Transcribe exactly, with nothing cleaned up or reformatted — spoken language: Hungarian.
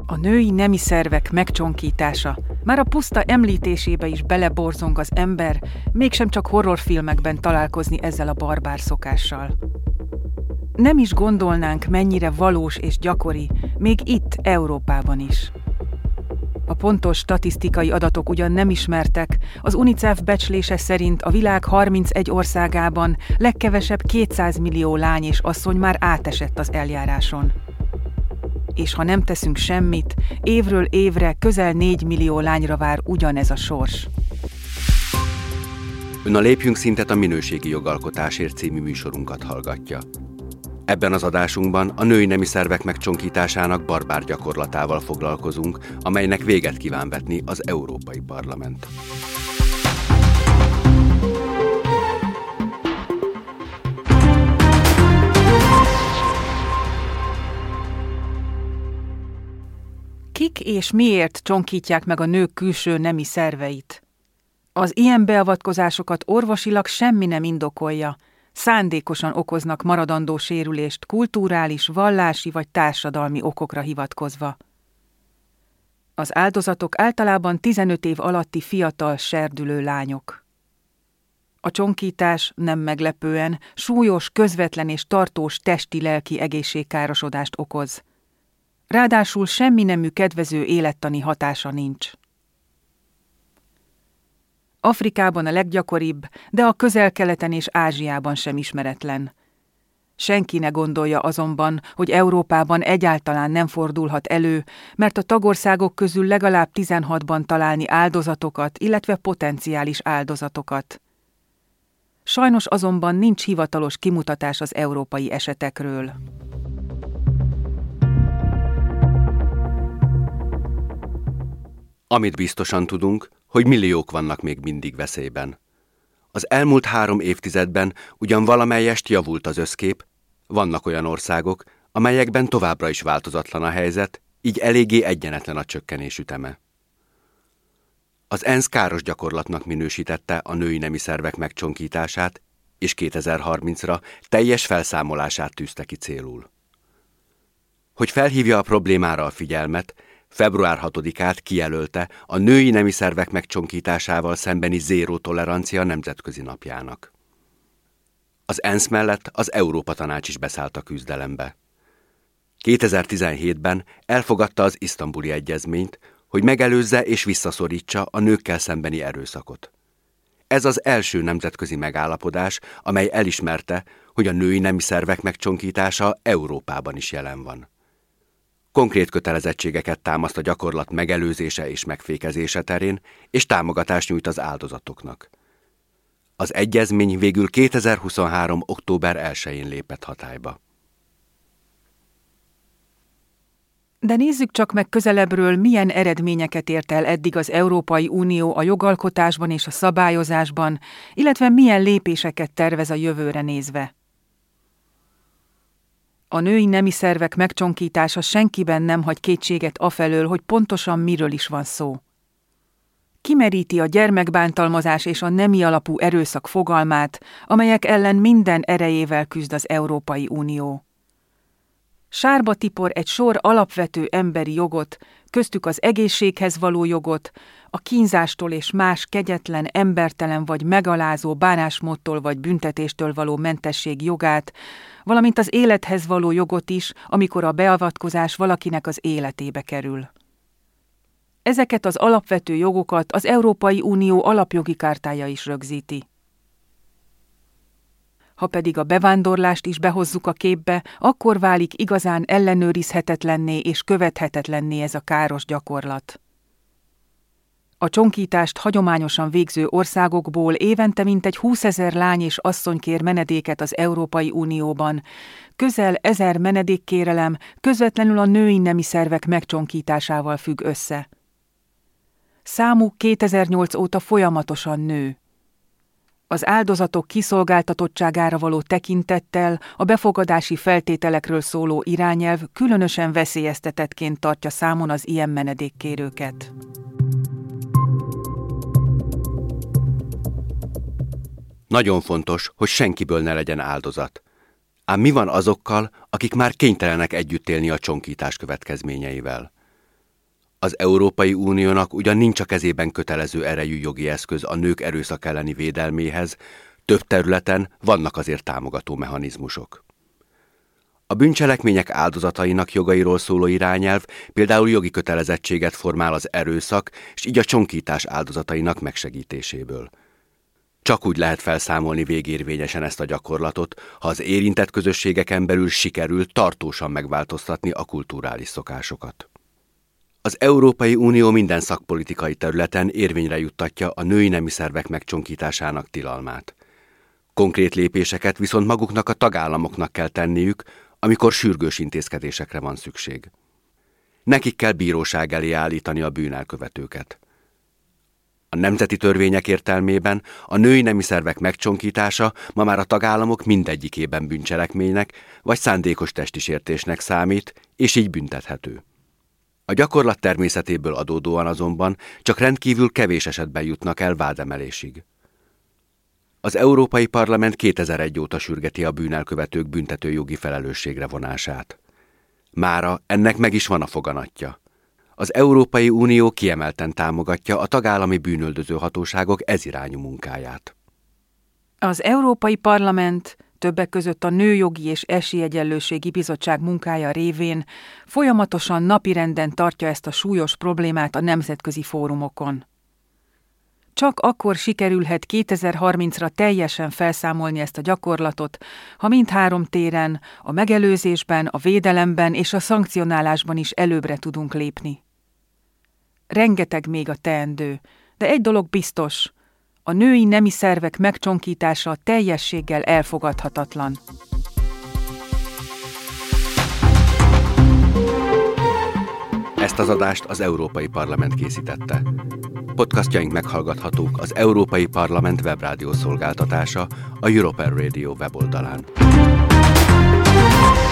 A női nemi szervek megcsonkítása. Már a puszta említésébe is beleborzong az ember, mégsem csak horrorfilmekben találkozni ezzel a barbár szokással. Nem is gondolnánk, mennyire valós és gyakori, még itt, Európában is. A pontos statisztikai adatok ugyan nem ismertek, az UNICEF becslése szerint a világ harmincegy országában legkevesebb kétszáz millió lány és asszony már átesett az eljáráson. És ha nem teszünk semmit, évről évre közel négy millió lányra vár ugyanez a sors. Ön a Lépjünk Szintet a Minőségi Jogalkotásért című műsorunkat hallgatja. Ebben az adásunkban a női nemi szervek megcsonkításának barbár gyakorlatával foglalkozunk, amelynek véget kíván vetni az Európai Parlament. Kik és miért csonkítják meg a nők külső nemi szerveit? Az ilyen beavatkozásokat orvosilag semmi nem indokolja, szándékosan okoznak maradandó sérülést kulturális, vallási vagy társadalmi okokra hivatkozva. Az áldozatok általában tizenöt év alatti fiatal, serdülő lányok. A csonkítás nem meglepően súlyos, közvetlen és tartós testi-lelki egészségkárosodást okoz. Ráadásul semmi nemű kedvező élettani hatása nincs. Afrikában a leggyakoribb, de a Közel-Keleten és Ázsiában sem ismeretlen. Senki ne gondolja azonban, hogy Európában egyáltalán nem fordulhat elő, mert a tagországok közül legalább tizenhatban találni áldozatokat, illetve potenciális áldozatokat. Sajnos azonban nincs hivatalos kimutatás az európai esetekről. Amit biztosan tudunk, hogy milliók vannak még mindig veszélyben. Az elmúlt három évtizedben ugyan valamelyest javult az összkép, vannak olyan országok, amelyekben továbbra is változatlan a helyzet, így eléggé egyenetlen a csökkenés üteme. Az ENSZ káros gyakorlatnak minősítette a női nemi szervek megcsonkítását, és kétezer-harmincra teljes felszámolását tűzte ki célul. Hogy felhívja a problémára a figyelmet, február hatodikát kijelölte a női nemi szervek megcsonkításával szembeni zéró tolerancia nemzetközi napjának. Az ENSZ mellett az Európa Tanács is beszállt a küzdelembe. kétezer-tizenhétben elfogadta az Isztambuli Egyezményt, hogy megelőzze és visszaszorítsa a nőkkel szembeni erőszakot. Ez az első nemzetközi megállapodás, amely elismerte, hogy a női nemi szervek megcsonkítása Európában is jelen van. Konkrét kötelezettségeket támaszt a gyakorlat megelőzése és megfékezése terén, és támogatást nyújt az áldozatoknak. Az egyezmény végül kétezer-huszonhárom. október elsején lépett hatályba. De nézzük csak meg közelebbről, milyen eredményeket ért el eddig az Európai Unió a jogalkotásban és a szabályozásban, illetve milyen lépéseket tervez a jövőre nézve. A női nemi szervek megcsonkítása senkiben nem hagy kétséget afelől, hogy pontosan miről is van szó. Kimeríti a gyermekbántalmazás és a nemi alapú erőszak fogalmát, amelyek ellen minden erejével küzd az Európai Unió. Sárba tipor egy sor alapvető emberi jogot, köztük az egészséghez való jogot, a kínzástól és más kegyetlen, embertelen vagy megalázó bánásmódtól vagy büntetéstől való mentesség jogát, valamint az élethez való jogot is, amikor a beavatkozás valakinek az életébe kerül. Ezeket az alapvető jogokat az Európai Unió alapjogi chartája is rögzíti. Ha pedig a bevándorlást is behozzuk a képbe, akkor válik igazán ellenőrizhetetlenné és követhetetlenné ez a káros gyakorlat. A csonkítást hagyományosan végző országokból évente mintegy húszezer lány és asszony kér menedéket az Európai Unióban, közel ezer menedékkérelem közvetlenül a női nemi szervek megcsonkításával függ össze. Számuk kétezer-nyolc óta folyamatosan nő. Az áldozatok kiszolgáltatottságára való tekintettel a befogadási feltételekről szóló irányelv különösen veszélyeztetettként tartja számon az ilyen menedékkérőket. Nagyon fontos, hogy senkiből ne legyen áldozat. Ám mi van azokkal, akik már kénytelenek együtt élni a csonkítás következményeivel? Az Európai Uniónak ugyan nincs a kezében kötelező erejű jogi eszköz a nők erőszak elleni védelméhez, több területen vannak azért támogató mechanizmusok. A bűncselekmények áldozatainak jogairól szóló irányelv például jogi kötelezettséget formál az erőszak és így a csonkítás áldozatainak megsegítéséből. Csak úgy lehet felszámolni végérvényesen ezt a gyakorlatot, ha az érintett közösségeken belül sikerül tartósan megváltoztatni a kulturális szokásokat. Az Európai Unió minden szakpolitikai területen érvényre juttatja a női nemi szervek megcsonkításának tilalmát. Konkrét lépéseket viszont maguknak a tagállamoknak kell tenniük, amikor sürgős intézkedésekre van szükség. Nekik kell bíróság elé állítani a bűnelkövetőket. A nemzeti törvények értelmében a női nemi szervek megcsonkítása ma már a tagállamok mindegyikében bűncselekménynek vagy szándékos testi sértésnek számít, és így büntethető. A gyakorlat természetéből adódóan azonban csak rendkívül kevés esetben jutnak el vádemelésig. Az Európai Parlament kétezer-egy óta sürgeti a bűnelkövetők büntetőjogi felelősségre vonását. Mára ennek meg is van a foganatja. Az Európai Unió kiemelten támogatja a tagállami bűnöldöző hatóságok ezirányú munkáját. Az Európai Parlament többek között a Nőjogi és Esélyegyenlőségi Bizottság munkája révén folyamatosan napirenden tartja ezt a súlyos problémát a nemzetközi fórumokon. Csak akkor sikerülhet kétezer-harmincra teljesen felszámolni ezt a gyakorlatot, ha mindhárom téren, a megelőzésben, a védelemben és a szankcionálásban is előbbre tudunk lépni. Rengeteg még a teendő, de egy dolog biztos, a női nemi szervek megcsonkítása teljességgel elfogadhatatlan. Ezt az adást az Európai Parlament készítette. Podcastjaink meghallgathatók az Európai Parlament webrádió szolgáltatása, a European Radio weboldalán.